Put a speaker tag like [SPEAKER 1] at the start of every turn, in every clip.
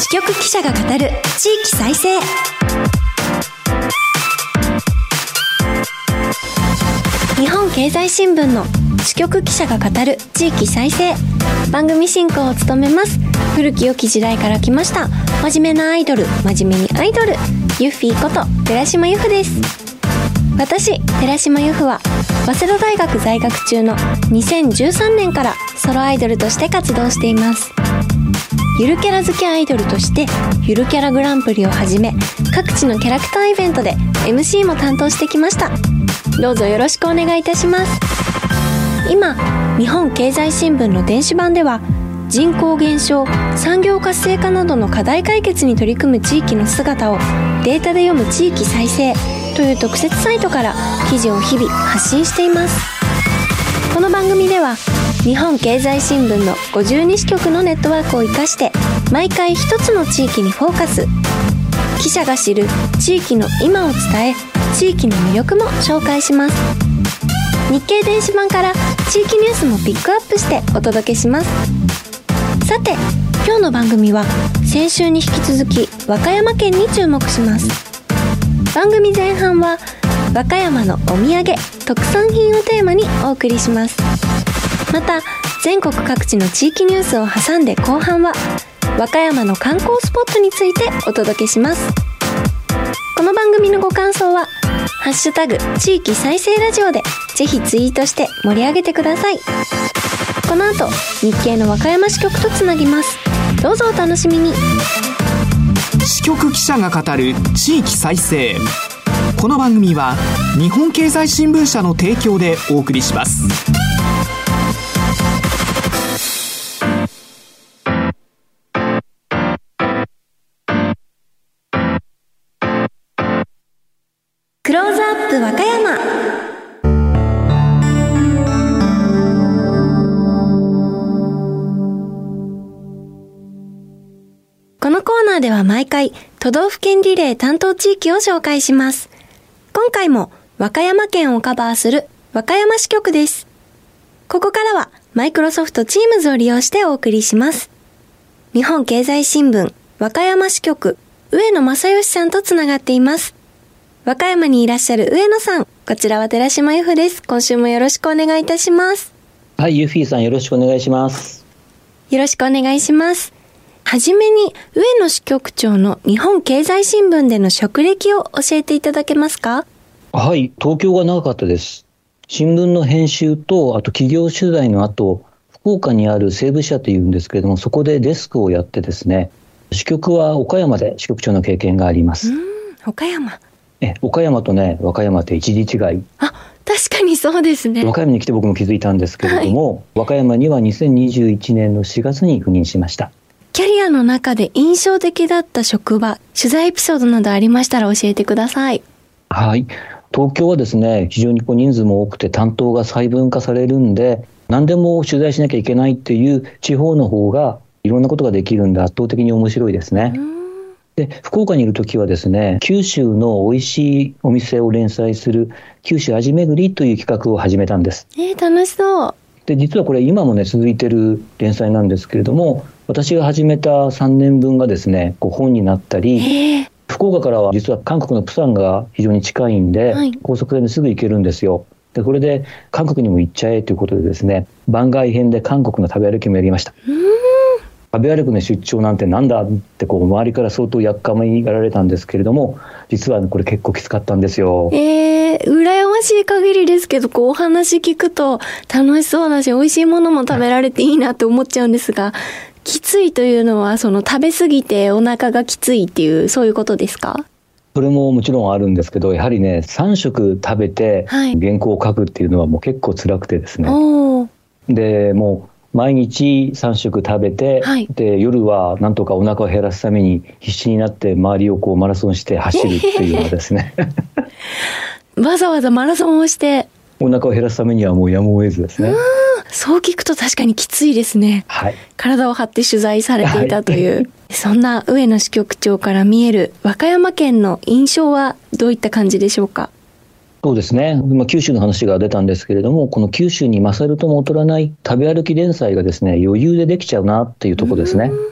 [SPEAKER 1] 支局記者が語る地域再生。日本経済新聞の支局記者が語る地域再生。番組進行を務めます古き良き時代から来ました真面目なアイドル、真面目にアイドル、ユッフィーこと寺島由布です。私寺島由布は早稲田大学在学中の2013年からソロアイドルとして活動しています。ゆるキャラ好きアイドルとしてゆるキャラグランプリをはじめ、各地のキャラクターイベントで MC も担当してきました。どうぞよろしくお願いいたします。今日本経済新聞の電子版では、人口減少、産業活性化などの課題解決に取り組む地域の姿をデータで読む地域再生という特設サイトから記事を日々発信しています。この番組では日本経済新聞の52支局のネットワークを生かして毎回一つの地域にフォーカス。記者が知る地域の今を伝え、地域の魅力も紹介します。日経電子版から地域ニュースもピックアップしてお届けします。さて今日の番組は先週に引き続き和歌山県に注目します。番組前半は和歌山のお土産、特産品をテーマにお送りします。また全国各地の地域ニュースを挟んで後半は和歌山の観光スポットについてお届けします。この番組のご感想はハッシュタグ地域再生ラジオでぜひツイートして盛り上げてください。この後日経の和歌山支局とつなぎます。どうぞお楽しみに。
[SPEAKER 2] 支局記者が語る地域再生。この番組は日本経済新聞社の提供でお送りします。
[SPEAKER 1] クローズアップ和歌山。このコーナーでは毎回都道府県リレー担当地域を紹介します。今回も和歌山県をカバーする和歌山支局です。ここからはマイクロソフト Teams を利用してお送りします。日本経済新聞和歌山支局上野正義さんとつながっています。和歌山にいらっしゃる上野さん、こちらは寺島由布です。今週もよろしくお願いいたします。
[SPEAKER 3] はい、ユフィさんよろしくお願いします。
[SPEAKER 1] よろしくお願いします。はじめに上野支局長の日本経済新聞での職歴を教えていただけますか？
[SPEAKER 3] はい、東京が長かったです。新聞の編集と、あと企業取材の後、福岡にある西部社というんですけれども、そこでデスクをやってですね、支局は岡山で支局長の経験があります。
[SPEAKER 1] 岡山。
[SPEAKER 3] 岡山とね、和歌山って一字違い。
[SPEAKER 1] あ、確かにそうですね。
[SPEAKER 3] 和歌山に来て僕も気づいたんですけれども、和歌山には2021年の4月に赴任しました。
[SPEAKER 1] キャリアの中で印象的だった職場、取材エピソードなどありましたら教えてください。
[SPEAKER 3] はい。東京はですね、非常に人数も多くて担当が細分化されるんで、何でも取材しなきゃいけないっていう地方の方がいろんなことができるんで圧倒的に面白いですね。で、福岡にいるときはですね、九州の美味しいお店を連載する九州味めぐりという企画を始めたんです。
[SPEAKER 1] 楽しそう。
[SPEAKER 3] で、実はこれ今もね続いてる連載なんですけれども、私が始めた3年分がですね、本になったり、福岡からは実は韓国のプサンが非常に近いんで、高速船ですぐ行けるんですよ。で、これで韓国にも行っちゃえということでですね、番外編で韓国の食べ歩きもやりました。食べ歩くの出張なんてなんだって周りから相当やっかみがられたんですけれども、実はこれ結構きつかったんですよ。
[SPEAKER 1] 羨ましい限りですけど、お話聞くと楽しそうだし、美味しいものも食べられていいなって思っちゃうんですが、きついというのは食べ過ぎてお腹がきついっていうそういうことですか？
[SPEAKER 3] それももちろんあるんですけど、やはりね3食食べて原稿を書くっていうのはもう結構辛くてですね、でもう毎日3食食べて、で夜はなんとかお腹を減らすために必死になって周りをマラソンして走るっていうのはですね
[SPEAKER 1] わざわざマラソンをして
[SPEAKER 3] お腹を減らすためにはもうやむを得ずですね。
[SPEAKER 1] そう聞くと確かにきついですね。体を張って取材されていたという、そんな上野支局長から見える和歌山県の印象はどういった感じでしょうか？
[SPEAKER 3] そうですね、九州の話が出たんですけれども、この九州に勝るとも劣らない食べ歩き連載がですね、余裕でできちゃうなっていうところですね。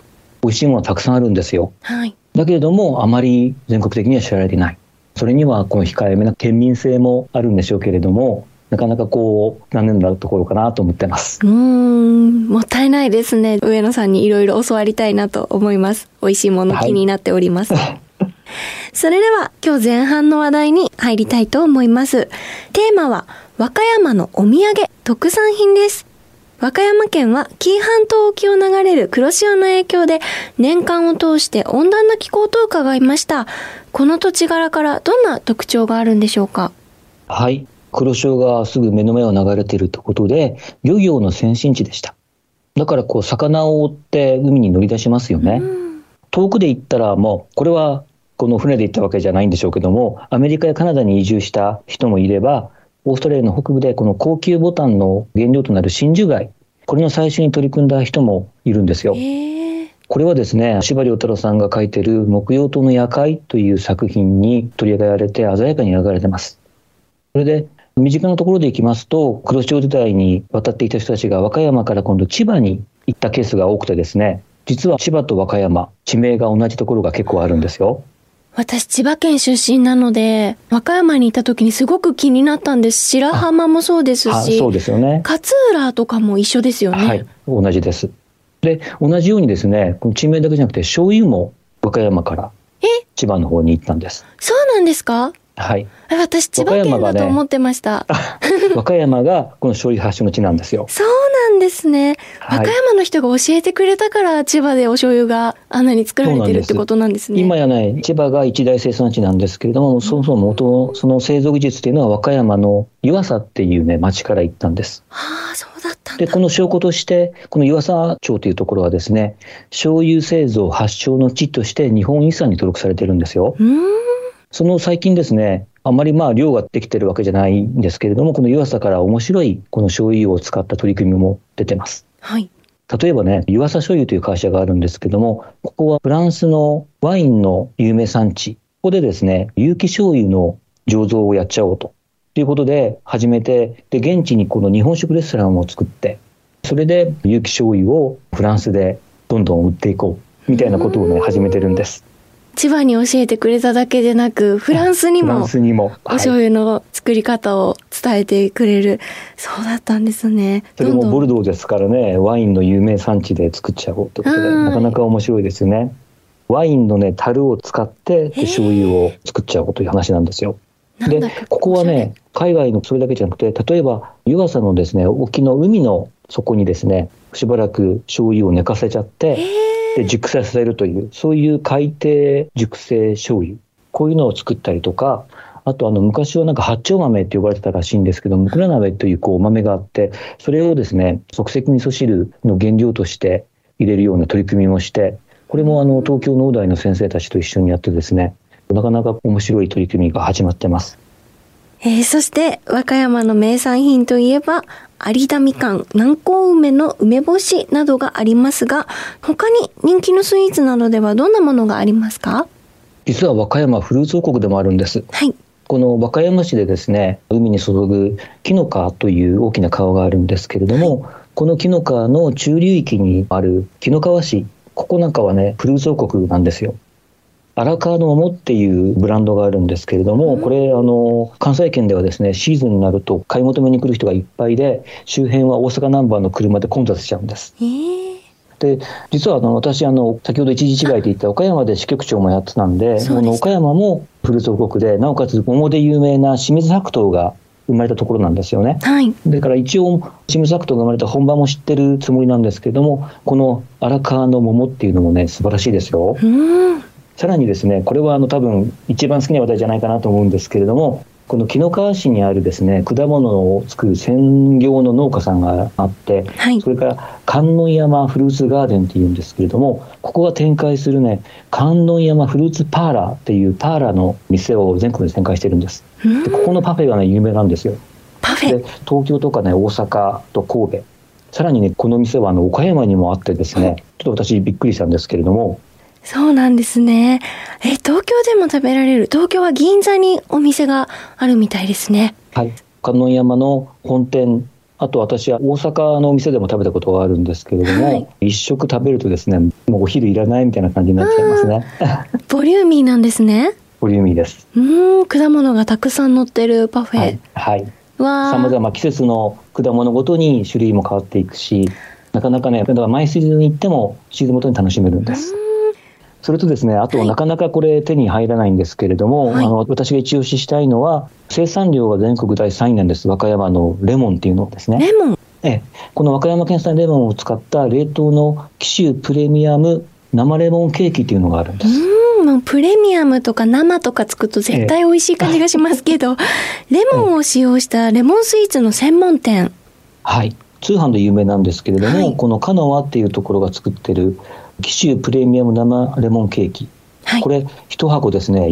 [SPEAKER 3] 美味しいものはたくさんあるんですよ。
[SPEAKER 1] はい。
[SPEAKER 3] だけれどもあまり全国的には知られていない。それにはこの控えめな県民性もあるんでしょうけれども、なかなか残念なところかなと思ってます。
[SPEAKER 1] もったいないですね。上野さんにいろいろ教わりたいなと思います。美味しいもの気になっております。はいそれでは今日前半の話題に入りたいと思います。テーマは和歌山のお土産特産品です。和歌山県は紀伊半島沖を流れる黒潮の影響で年間を通して温暖な気候と伺いました。この土地柄からどんな特徴があるんでしょうか？
[SPEAKER 3] はい、黒潮がすぐ目の前を流れているということで漁業の先進地でした。だから魚を追って海に乗り出しますよね。遠くで行ったらもうこれはこの船で行ったわけじゃないんでしょうけども、アメリカやカナダに移住した人もいれば、オーストラリアの北部でこの高級ボタンの原料となる真珠貝、これの採取に取り組んだ人もいるんですよ。これはですね、司馬遼太郎さんが書いている木曜島の夜会という作品に取り上げられて鮮やかに描かれています。それで身近なところでいきますと、黒潮時代に渡っていた人たちが和歌山から今度千葉に行ったケースが多くてですね、実は千葉と和歌山、地名が同じところが結構あるんですよ。
[SPEAKER 1] 私千葉県出身なので和歌山にいた時にすごく気になったんです。白浜もそうですし、
[SPEAKER 3] そうですよね。
[SPEAKER 1] 勝浦とかも一緒ですよね。
[SPEAKER 3] はい、同じです。で同じようにですね、この地名だけじゃなくて醤油も和歌山から千葉の方に行ったんです。
[SPEAKER 1] そうなんですか？はい。私千葉県だと思ってました。
[SPEAKER 3] 和歌山がこの醤油発祥の地なんですよ。
[SPEAKER 1] そうなんですね。和歌山の人が教えてくれたから千葉でお醤油があんなに作られてるってことなんですね。
[SPEAKER 3] 今やね、千葉が一大生産地なんですけれども、そもそもその製造技術っていうのは和歌山の湯浅っていうね町から行ったんです。
[SPEAKER 1] そうだったんだ。
[SPEAKER 3] でこの証拠としてこの湯浅町というところはですね、醤油製造発祥の地として日本遺産に登録されてるんですよ。その最近ですね、あまり量ができてるわけじゃないんですけれども、この湯浅から面白いこの醤油を使った取り組みも出てます。はい。例えばね、湯浅醤油という会社があるんですけども、ここはフランスのワインの有名産地。ここでですね、有機醤油の醸造をやっちゃおうということで始めて、で現地にこの日本食レストランを作って、それで有機醤油をフランスでどんどん売っていこうみたいなことをね始めてるんです。
[SPEAKER 1] 千葉に教えてくれただけでなくフランスにもお醤油の作り方を伝えてくれる、そうだったんですね。
[SPEAKER 3] それもボルドーですからね、ワインの有名産地で作っちゃおうということで、なかなか面白いですよね。ワインのね樽を使って醤油を作っちゃおうという話なんですよ。でここはね、海外のそれだけじゃなくて、例えば湯浅のですね沖の海の底にですねしばらく醤油を寝かせちゃってで熟成させるという、そういう海底熟成醤油、こういうのを作ったりとか、あと昔は八丁豆って呼ばれてたらしいんですけど、むくら鍋というお豆があって、それをですね即席味噌汁の原料として入れるような取り組みもして、これも東京農大の先生たちと一緒にやってですね、なかなか面白い取り組みが始まってます。
[SPEAKER 1] そして和歌山の名産品といえば有田みかん、南高梅の梅干しなどがありますが、他に人気のスイーツなどではどんなものがありますか？
[SPEAKER 3] 実は和歌山フルーツ王国でもあるんです。はい。この和歌山市でですね、海に注ぐ紀の川という大きな川があるんですけれども、この紀の川の中流域にある紀の川市、ここなんかはねフルーツ王国なんですよ。荒川の桃っていうブランドがあるんですけれども、これ関西圏ではですねシーズンになると買い求めに来る人がいっぱいで、周辺は大阪ナンバーの車で混雑しちゃうんです。で実は私先ほど一時違いで言った岡山で支局長もやってたんで、岡山もフルーツ王国で、なおかつ桃で有名な清水白桃が生まれたところなんですよね。はい。だから一応清水白桃が生まれた本場も知ってるつもりなんですけれども、この荒川の桃っていうのもね素晴らしいですよ。さらにですね、これは多分一番好きな話題じゃないかなと思うんですけれども、この紀の川市にあるですね果物を作る専業の農家さんがあって、はい、それから観音山フルーツガーデンっていうんですけれども、ここが展開するね観音山フルーツパーラーっていうパーラーの店を全国で展開してるんです。でここのパフェがね有名なんですよ。パフェで東京とかね大阪と神戸、さらにねこの店は岡山にもあってですね、ちょっと私びっくりしたんですけれども。
[SPEAKER 1] そうなんですね。東京でも食べられる。東京は銀座にお店があるみたいですね。
[SPEAKER 3] はい。観音山の本店あと私は大阪のお店でも食べたことがあるんですけれども、はい、一食食べるとですね、もうお昼いらないみたいな感じになっちゃいますね。
[SPEAKER 1] ボリューミーなんですね。
[SPEAKER 3] ボリューミーです。
[SPEAKER 1] 果物がたくさん乗ってるパフェ。
[SPEAKER 3] はい。さまざま季節の果物ごとに種類も変わっていくし、なかなかね、だから毎シーズンに行ってもシーズンごとに楽しめるんです。それとですね、あとなかなかこれ手に入らないんですけれども、はい、私が一押ししたいのは生産量が全国第3位なんです。和歌山のレモンっていうのですね。
[SPEAKER 1] レモン。
[SPEAKER 3] この和歌山県産レモンを使った冷凍の紀州プレミアム生レモンケーキっていうのがあるんです。
[SPEAKER 1] プレミアムとか生とかつくと絶対美味しい感じがしますけど、レモンを使用したレモンスイーツの専門店。
[SPEAKER 3] はい、通販で有名なんですけれども、はい、この香川っていうところが作ってる紀州プレミアム生レモンケーキ、はい、これ1箱ですね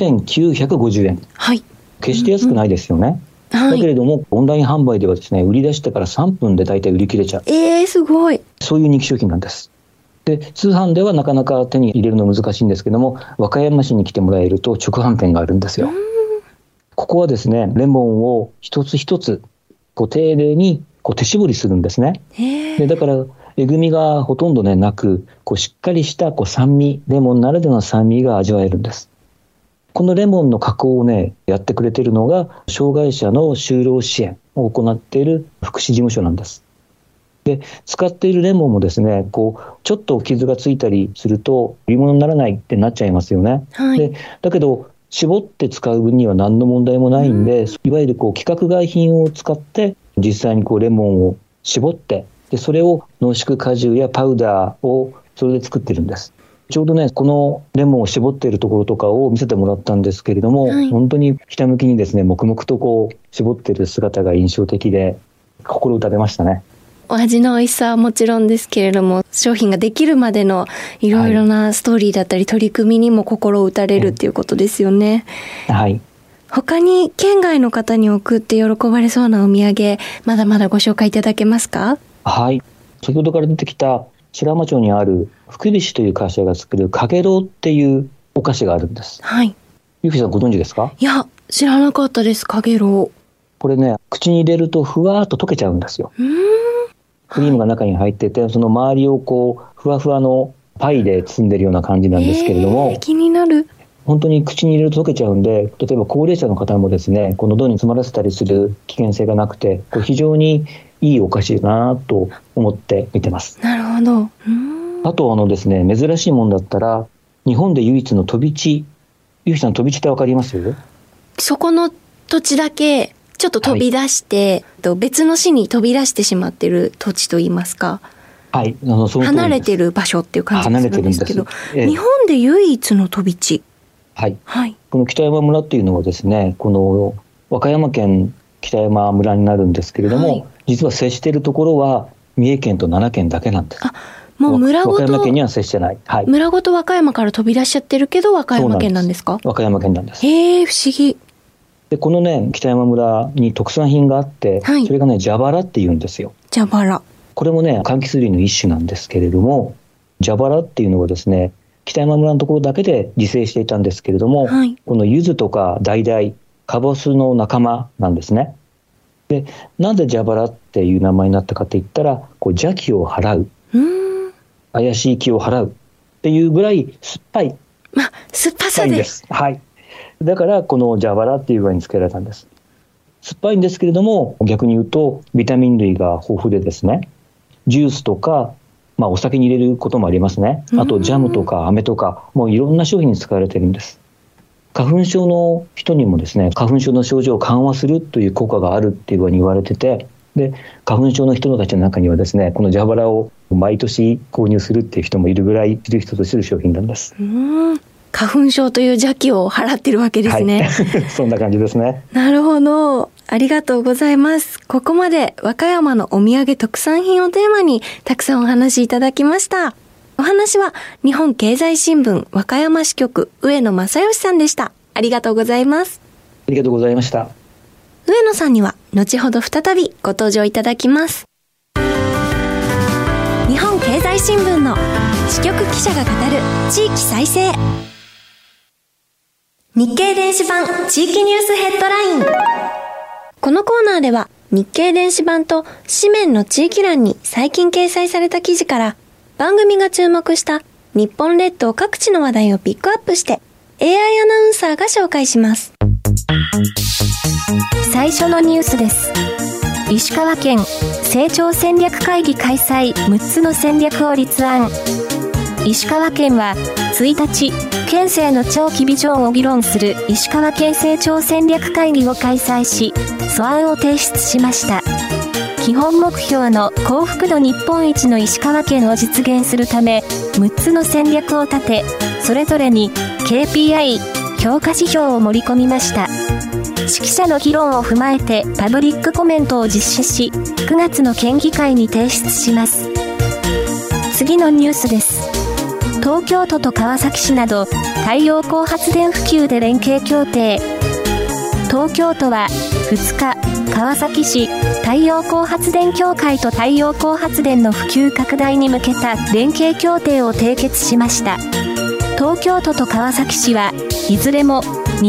[SPEAKER 3] 4950円、はい、決して安くないですよね、だけれどもオンライン販売ではですね売り出してから3分で大体売り切れちゃう、
[SPEAKER 1] すごい。
[SPEAKER 3] そういう人気商品なんです。で通販ではなかなか手に入れるの難しいんですけども、和歌山市に来てもらえると直販店があるんですよ。ここはですねレモンを一つ一つ丁寧に手絞りするんですね。でだからえぐみがほとんどねなく、しっかりした酸味、レモンならではの酸味が味わえるんです。このレモンの加工をねやってくれているのが障害者の就労支援を行っている福祉事務所なんです。で使っているレモンもですねちょっと傷がついたりすると売り物にならないってなっちゃいますよね、はい、でだけど絞って使う分には何の問題もないんで、いわゆる規格外品を使って実際にレモンを絞ってでそれを濃縮果汁やパウダーをそれで作ってるんです。ちょうどねこのレモンを絞っているところとかを見せてもらったんですけれども、はい、本当にひたむきにですね黙々と絞っている姿が印象的で心打たれましたね。
[SPEAKER 1] お味の美味しさはもちろんですけれども、商品ができるまでのいろいろなストーリーだったり取り組みにも心を打たれるっていうことですよね、
[SPEAKER 3] はい。
[SPEAKER 1] 他に県外の方に送って喜ばれそうなお土産まだまだご紹介いただけますか？
[SPEAKER 3] はい、先ほどから出てきた白浜町にある福菱という会社が作るかげろうっていうお菓子があるんです。
[SPEAKER 1] はい。
[SPEAKER 3] ゆきさんご存知ですか？
[SPEAKER 1] いや知らなかったです。かげろう、
[SPEAKER 3] これね口に入れるとふわーっと溶けちゃうんですよ。クリームが中に入ってて、その周りをふわふわのパイで包んでるような感じなんですけれども、
[SPEAKER 1] 気になる。
[SPEAKER 3] 本当に口に入れると溶けちゃうんで、例えば高齢者の方もですね喉に詰まらせたりする危険性がなくて非常にいいお菓子だなと思って見てます。
[SPEAKER 1] なるほど。
[SPEAKER 3] あとですね珍しいもんだったら日本で唯一の飛び地、ゆきさん飛び地ってわかります？
[SPEAKER 1] そこの土地だけちょっと飛び出して、はい、別の市に飛び出してしまってる土地といいますか、
[SPEAKER 3] はい、
[SPEAKER 1] 離れてる場所っていう感じがするんですけど、日本で唯一の飛び地、
[SPEAKER 3] はいはい、この北山村っていうのはですねこの和歌山県北山村になるんですけれども、はい、実は接しているところは三重県と奈良県だけなんです。
[SPEAKER 1] もう村ごと
[SPEAKER 3] 和歌山県には接してない、はい、
[SPEAKER 1] 村ごと和歌山から飛び出しちゃってるけど和歌山県なんですか？
[SPEAKER 3] 和歌山県なんです。
[SPEAKER 1] 不思議。
[SPEAKER 3] でこのね北山村に特産品があって、はい、それがね蛇腹っていうんですよ。
[SPEAKER 1] 蛇腹、
[SPEAKER 3] これもね柑橘類の一種なんですけれども、蛇腹っていうのはですね北山村のところだけで自生していたんですけれども、はい、この柚子とか橙、カボスの仲間なんですね。でなんで蛇腹っていう名前になったかって言ったら邪気を払う、怪しい気を払うっていうぐらい酸っぱい、
[SPEAKER 1] 酸っぱさで、
[SPEAKER 3] はい、だからこの蛇腹っていう具合につけられたんです。酸っぱいんですけれども逆に言うとビタミン類が豊富でですねジュースとか、お酒に入れることもありますね。あとジャムとか飴とかもういろんな商品に使われてるんです。花粉症の人にもですね花粉症の症状を緩和するという効果があるっていうふうに言われてて、で花粉症の人たちの中にはですねこの蛇腹を毎年購入するっていう人もいるぐらいいる人とする商品なんです。
[SPEAKER 1] 花粉症という邪気を払ってるわけですね、はい、
[SPEAKER 3] そんな感じですね。
[SPEAKER 1] なるほど、ありがとうございます。ここまで和歌山のお土産特産品をテーマにたくさんお話いただきました。お話は日本経済新聞和歌山支局上野正義さんでした。ありがとうございます。
[SPEAKER 3] ありがとうございました。
[SPEAKER 1] 上野さんには後ほど再びご登場いただきます。日本経済新聞の支局記者が語る地域再生、日経電子版地域ニュースヘッドライン。このコーナーでは日経電子版と紙面の地域欄に最近掲載された記事から番組が注目した日本列島各地の話題をピックアップして AI アナウンサーが紹介します。
[SPEAKER 4] 最初のニュースです。石川県成長戦略会議開催、6つの戦略を立案。石川県は1日、県政の長期ビジョンを議論する石川県成長戦略会議を開催し、素案を提出しました。基本目標の幸福度日本一の石川県を実現するため、6つの戦略を立て、それぞれに KPI、評価指標を盛り込みました。識者の議論を踏まえてパブリックコメントを実施し、9月の県議会に提出します。次のニュースです。東京都と川崎市など太陽光発電普及で連携協定。東京都は2日、川崎市太陽光発電協会と太陽光発電の普及拡大に向けた連携協定を締結しました。東京都と川崎市はいずれも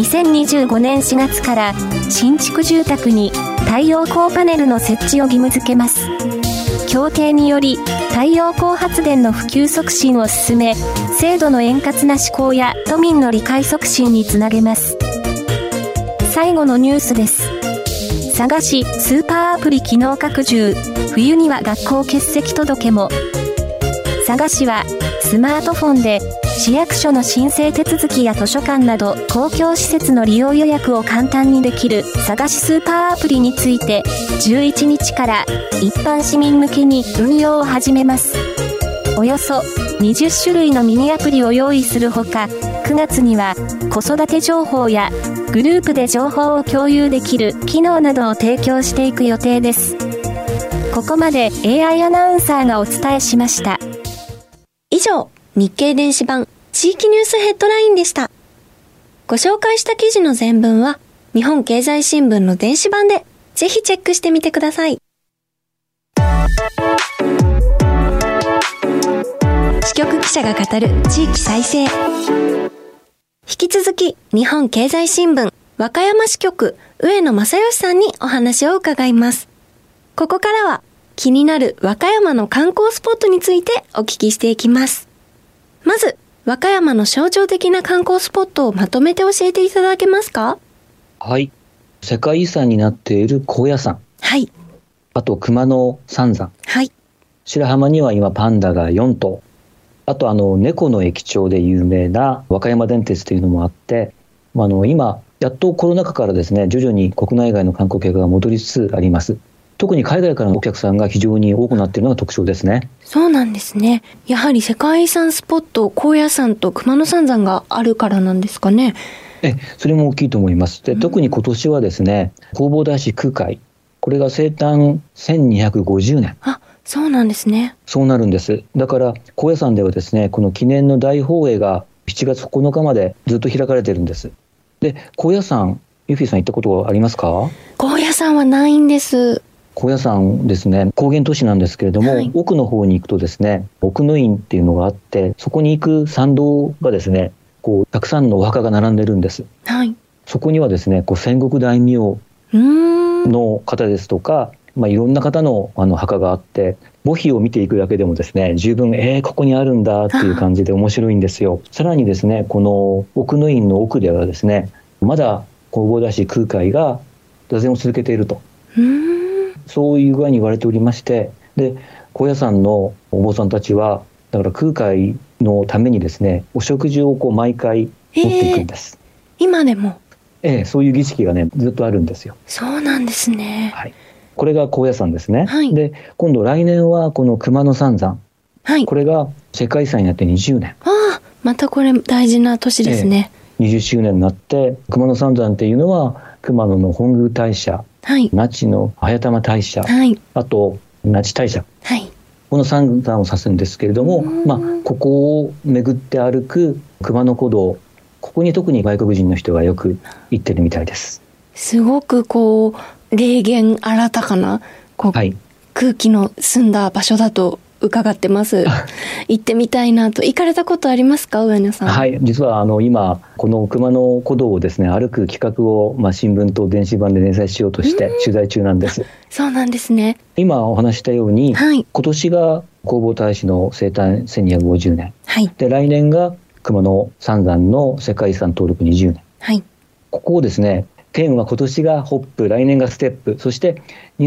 [SPEAKER 4] 2025年4月から新築住宅に太陽光パネルの設置を義務付けます。協定により太陽光発電の普及促進を進め、制度の円滑な施行や都民の理解促進につなげます。最後のニュースです。佐賀市スーパーアプリ機能拡充、冬には学校欠席届も。佐賀市はスマートフォンで市役所の申請手続きや図書館など公共施設の利用予約を簡単にできる佐賀市スーパーアプリについて11日から一般市民向けに運用を始めます。およそ20種類のミニアプリを用意するほか、9月には子育て情報やグループで情報を共有できる機能などを提供していく予定です。ここまで AI アナウンサーがお伝えしました。
[SPEAKER 1] 以上、日経電子版地域ニュースヘッドラインでした。ご紹介した記事の全文は日本経済新聞の電子版でぜひチェックしてみてください。支局記者が語る地域再生。引き続き日本経済新聞和歌山支局上野正義さんにお話を伺います。ここからは気になる和歌山の観光スポットについてお聞きしていきます。まず和歌山の象徴的な観光スポットをまとめて教えていただけますか？
[SPEAKER 3] はい。世界遺産になっている高野山。
[SPEAKER 1] はい。
[SPEAKER 3] あと熊野三山。
[SPEAKER 1] はい。
[SPEAKER 3] 白浜には今パンダが4頭。あと猫の駅長で有名な和歌山電鉄というのもあって、今やっとコロナ禍からですね、徐々に国内外の観光客が戻りつつあります。特に海外からのお客さんが非常に多くなっているのが特徴ですね。
[SPEAKER 1] そうなんですね。やはり世界遺産スポット高野山と熊野三山があるからなんですかね。
[SPEAKER 3] それも大きいと思います。で、特に今年はですね、弘法大師空海、これが生誕1250年。
[SPEAKER 1] あ、そうなんですね。
[SPEAKER 3] そうなるんです。だから高野山ではですね、この記念の大法会が7月9日までずっと開かれているんです。で、高野山、ユフィさん行ったことありますか？
[SPEAKER 1] 高野山はないんです。
[SPEAKER 3] 高野山ですね、高原都市なんですけれども、はい、奥の方に行くとですね、奥の院っていうのがあって、そこに行く参道がですね、たくさんのお墓が並んでるんです。
[SPEAKER 1] はい。
[SPEAKER 3] そこにはですね、戦国大名の方ですとか、いろんな方の墓があって、墓碑を見ていくだけでもですね、十分ここにあるんだっていう感じで面白いんですよ。さらにですね、この奥の院の奥ではですね、まだ弘法大師空海が座禅を続けていると。そういう具合に言われておりまして、で、高野山のお坊さんたちは、だから空海のためにですね、お食事を毎回持っていくんです。
[SPEAKER 1] 今でも？
[SPEAKER 3] そういう儀式がね、ずっとあるんですよ。
[SPEAKER 1] そうなんですね。
[SPEAKER 3] はい。これが高野山ですね。
[SPEAKER 1] はい。
[SPEAKER 3] で、今度来年はこの熊野三山。
[SPEAKER 1] はい。
[SPEAKER 3] これが世界遺産になって20年。
[SPEAKER 1] ああ、またこれ大事な年ですね。
[SPEAKER 3] 20周年になって、熊野三山っていうのは、熊野の本宮大社、
[SPEAKER 1] はい、
[SPEAKER 3] 那智の早玉大社、
[SPEAKER 1] はい、
[SPEAKER 3] あと那智大社、
[SPEAKER 1] はい、
[SPEAKER 3] この三山を指すんですけれども、ここを巡って歩く熊野古道、ここに特に外国人の人がよく行ってるみたいです。
[SPEAKER 1] すごく霊験新たかなはい、空気の澄んだ場所だと伺ってます行ってみたいなと。行かれたことありますか、上野さん。
[SPEAKER 3] はい、実は今この熊野古道をですね歩く企画を、新聞と電子版で連載しようとして取材中なんです。
[SPEAKER 1] そうなんですね。
[SPEAKER 3] 今お話したように、
[SPEAKER 1] はい、
[SPEAKER 3] 今年が弘法大師の生誕1250年、
[SPEAKER 1] はい、
[SPEAKER 3] で来年が熊野三山の世界遺産登録20年、
[SPEAKER 1] はい、
[SPEAKER 3] ここをですね県は今年がホップ、来年がステップ、そして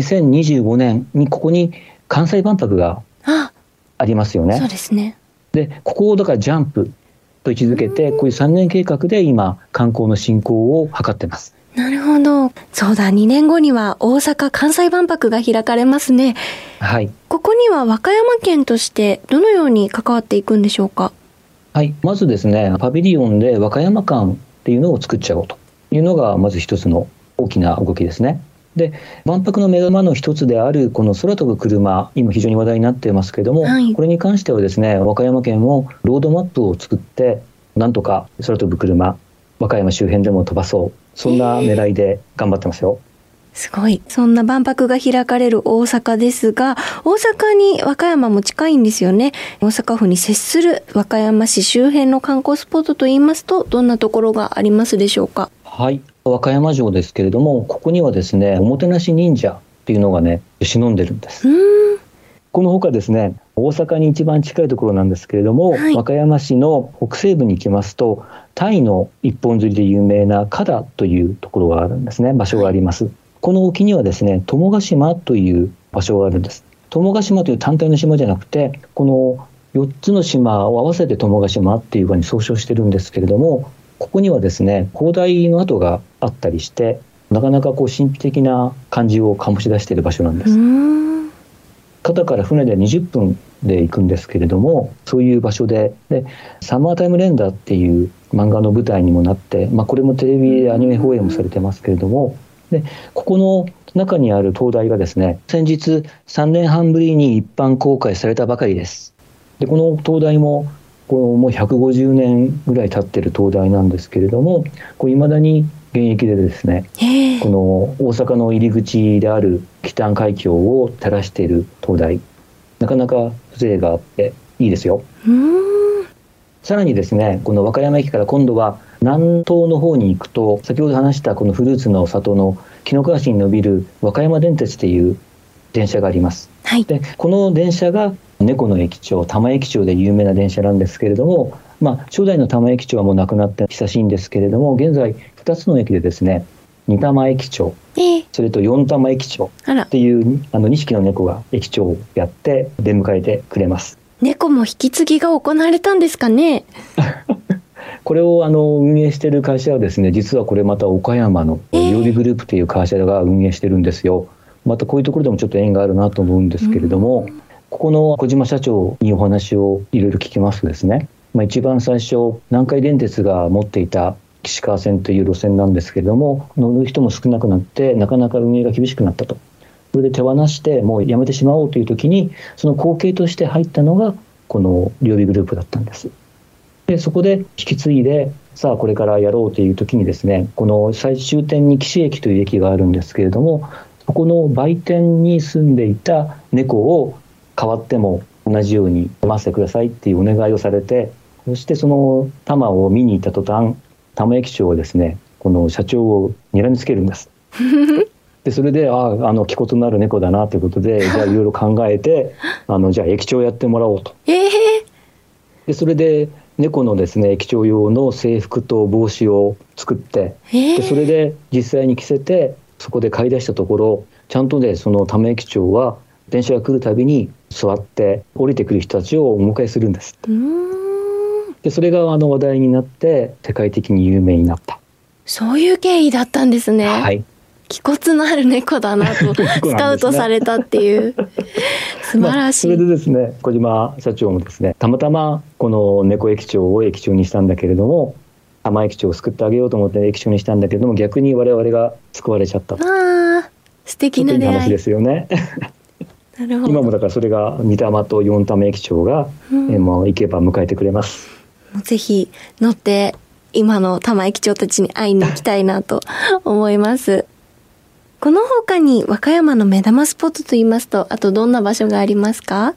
[SPEAKER 3] 2025年にここに関西万博がありますよね。
[SPEAKER 1] そうですね。
[SPEAKER 3] でここをだからジャンプと位置づけて、こういう3年計画で今観光の振興を図ってます。
[SPEAKER 1] なるほど。そうだ、2年後には大阪・関西万博が開かれますね。
[SPEAKER 3] はい。
[SPEAKER 1] ここには和歌山県としてどのように関わっていくんでしょうか。
[SPEAKER 3] はい、まずですねパビリオンで和歌山館っていうのを作っちゃおうというのがまず一つの大きな動きですね。で万博の目玉の一つであるこの空飛ぶ車、今非常に話題になっていますけれども、はい、これに関してはですね和歌山県もロードマップを作ってなんとか空飛ぶ車和歌山周辺でも飛ばそう、そんな狙いで頑張ってますよ。
[SPEAKER 1] すごい。そんな万博が開かれる大阪ですが、大阪に和歌山も近いんですよね。大阪府に接する和歌山市周辺の観光スポットといいますとどんなところがありますでしょうか。
[SPEAKER 3] はい、和歌山城ですけれども、ここにはですねおもてなし忍者っていうのがね忍んでるんです。このほかですね大阪に一番近いところなんですけれども、はい、和歌山市の北西部に行きますとタイの一本釣りで有名な加田というところがあるんですね。場所があります。この沖にはですね友ヶ島という場所があるんです。友ヶ島という単体の島じゃなくて、この4つの島を合わせて友ヶ島っていうふうに総称してるんですけれども、ここにはですね砲台の跡があったりして、なかなかこう神秘的な感じを醸し出している場所なんです。加田から船で20分で行くんですけれども、そういう場所で、サマータイムレンダーっていう漫画の舞台にもなって、これもテレビでアニメ放映もされてますけれども、でここの中にある灯台がですね先日3年半ぶりに一般公開されたばかりです。でこの灯台ももう150年ぐらい経っている灯台なんですけれども、いまだに現役でですね、この大阪の入り口である北安海峡を照らしている灯台、なかなか風情があっていいですよ。さらにですねこの和歌山駅から今度は南東の方に行くと、先ほど話したこのフルーツの里の紀の川市に伸びる和歌山電鉄という電車があります。はい、でこの電車が猫の駅長、玉駅長で有名な電車なんですけれども、初代の玉駅長はもう亡くなって久しいんですけれども、現在2つの駅でですね二玉駅長、それと四玉駅長っていう2匹の猫が駅長をやって出迎えてくれます。
[SPEAKER 1] 猫も引き継ぎが行われたんですかね。
[SPEAKER 3] これを運営している会社はですね、実はこれまた岡山の曜日グループという会社が運営してるんですよ。またこういうところでもちょっと縁があるなと思うんですけれども、ここの小島社長にお話をいろいろ聞きますとですね、一番最初南海電鉄が持っていた岸川線という路線なんですけれども、乗る人も少なくなってなかなか運営が厳しくなったと。それで手放してもうやめてしまおうという時に、その後継として入ったのがこの曜日グループだったんです。でそこで引き継いで、さあこれからやろうという時にですね、この最終点に岸駅という駅があるんですけれども、そこの売店に住んでいた猫を代わっても同じように待ってくださいっていうお願いをされて、そしてその玉を見に行った途端、玉駅長はですねこの社長を睨みつけるんですでそれで気骨のある猫だなということで、じゃあいろいろ考えてじゃあ駅長やってもらおうと。でそれで猫のですね駅長用の制服と帽子を作って、でそれで実際に着せてそこで買い出したところ、ちゃんとねその玉駅長は電車が来るたびに座って降りてくる人たちをお迎えするんです。でそれが話題になって世界的に有名になった。
[SPEAKER 1] そういう経緯だったんですね。
[SPEAKER 3] はい、
[SPEAKER 1] 気骨のある猫だなとスカウトされたっていう素晴らしい。
[SPEAKER 3] それでですね小島社長もですね、たまたまこの猫駅長を駅長にしたんだけれども、玉駅長を救ってあげようと思って駅長にしたんだけれども、逆に我々が救われちゃったと。
[SPEAKER 1] 素敵な出会い。
[SPEAKER 3] 話ですよね。
[SPEAKER 1] なるほど。
[SPEAKER 3] 今もだからそれが二玉と四玉駅長が、もう行けば迎えてくれます。
[SPEAKER 1] ぜひ乗って今の玉駅長たちに会いに行きたいなと思います。この他に和歌山の目玉スポットといいますと、あとどんな場所がありますか？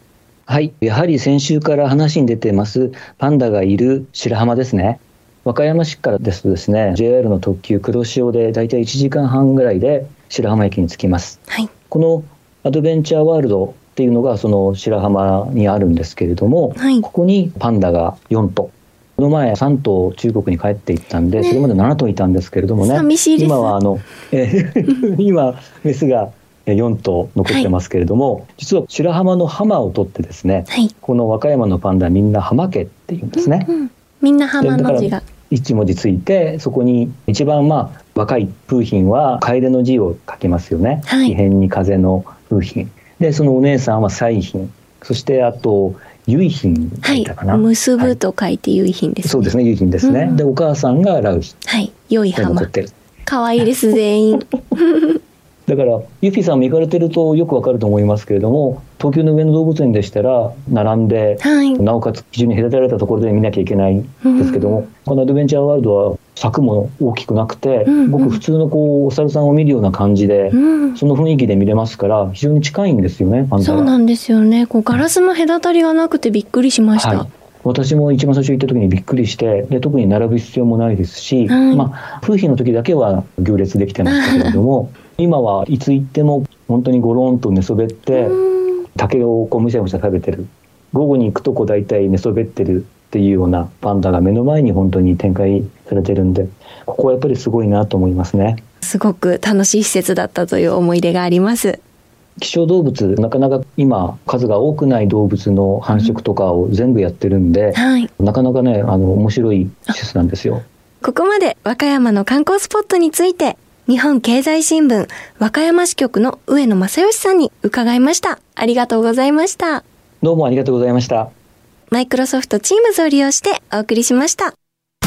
[SPEAKER 3] はい、やはり先週から話に出てますパンダがいる白浜ですね。和歌山市からですとですね、 JR の特急黒潮でだいたい1時間半ぐらいで白浜駅に着きます、はい、このアドベンチャーワールドっていうのがその白浜にあるんですけれども、はい、ここにパンダが4頭、この前3頭中国に帰っていったんで、それまで7頭いたんですけれどもね、
[SPEAKER 1] 寂しいです。
[SPEAKER 3] 今は今メスが4頭残ってますけれども、はい、実は白浜の浜を取ってですね、はい、この和歌山のパンダみんな浜家っていうんですね、
[SPEAKER 1] みんな浜の字が
[SPEAKER 3] 一文字ついて、そこに一番若い風浜は楓の字を書きますよね、はい、異変に風の風浜で、そのお姉さんは彩浜、そしてあと結浜だったかな、
[SPEAKER 1] 結ぶと書いて結浜ですね、
[SPEAKER 3] そうですね、結浜ですね、でお母さんが良浜、
[SPEAKER 1] はい、良浜、可愛いです全員
[SPEAKER 3] だからユフィさんも行かれてるとよくわかると思いますけれども、東京の上野動物園でしたら並んで、はい、なおかつ基準に隔てられたところで見なきゃいけないんですけども、このアドベンチャーワールドは柵も大きくなくて、ごく普通のお猿さんを見るような感じで、その雰囲気で見れますから非常に近いんですよね、パンダは。
[SPEAKER 1] そうなんですよね、ガラスの隔たりがなくてびっくりしました、はい、
[SPEAKER 3] 私も一番最初行った時にびっくりして、で特に並ぶ必要もないですし、はい、風評の時だけは行列できてましたけれども今はいつ行っても本当にゴロンと寝そべって竹をむしゃむしゃ食べてる、午後に行くと大体寝そべってるっていうようなパンダが目の前に本当に展開されてるんで、ここはやっぱりすごいなと思いますね。
[SPEAKER 1] すごく楽しい施設だったという思い出があります。
[SPEAKER 3] 希少動物、なかなか今数が多くない動物の繁殖とかを全部やってるんで、はい、なかなかね面白い施設なんですよ。
[SPEAKER 1] ここまで和歌山の観光スポットについて日本経済新聞和歌山支局の上野正義さんに伺いました。ありがとうございました。
[SPEAKER 3] どうもありがとうございました。
[SPEAKER 1] マイクロソフト Teams を利用してお送りしました。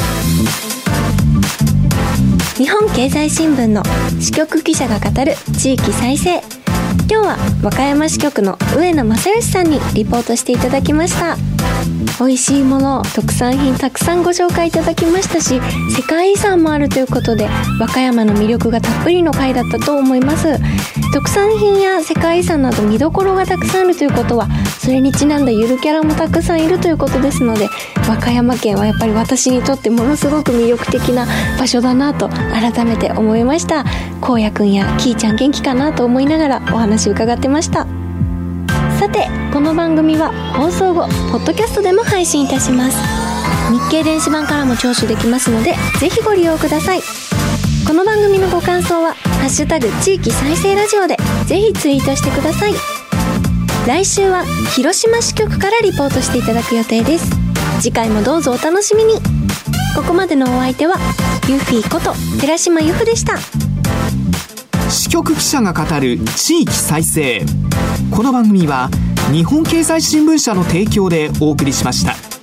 [SPEAKER 1] 日本経済新聞の支局記者が語る地域再生。今日は和歌山支局の上野正義さんにリポートしていただきました。美味しいもの、特産品たくさんご紹介いただきましたし、世界遺産もあるということで和歌山の魅力がたっぷりの回だったと思います。特産品や世界遺産など見どころがたくさんあるということは、それにちなんだゆるキャラもたくさんいるということですので、和歌山県はやっぱり私にとってものすごく魅力的な場所だなと改めて思いました。こうやくんやきーちゃん元気かなと思いながらお話伺ってました。さて、この番組は放送後ポッドキャストでも配信いたします。日経電子版からも聴取できますので、ぜひご利用ください。この番組のご感想はハッシュタグ地域再生ラジオでぜひツイートしてください。来週は広島支局からリポートしていただく予定です。次回もどうぞお楽しみに。ここまでのお相手はユフィこと寺島由布でした。
[SPEAKER 2] 支局記者が語る地域再生。この番組は日本経済新聞社の提供でお送りしました。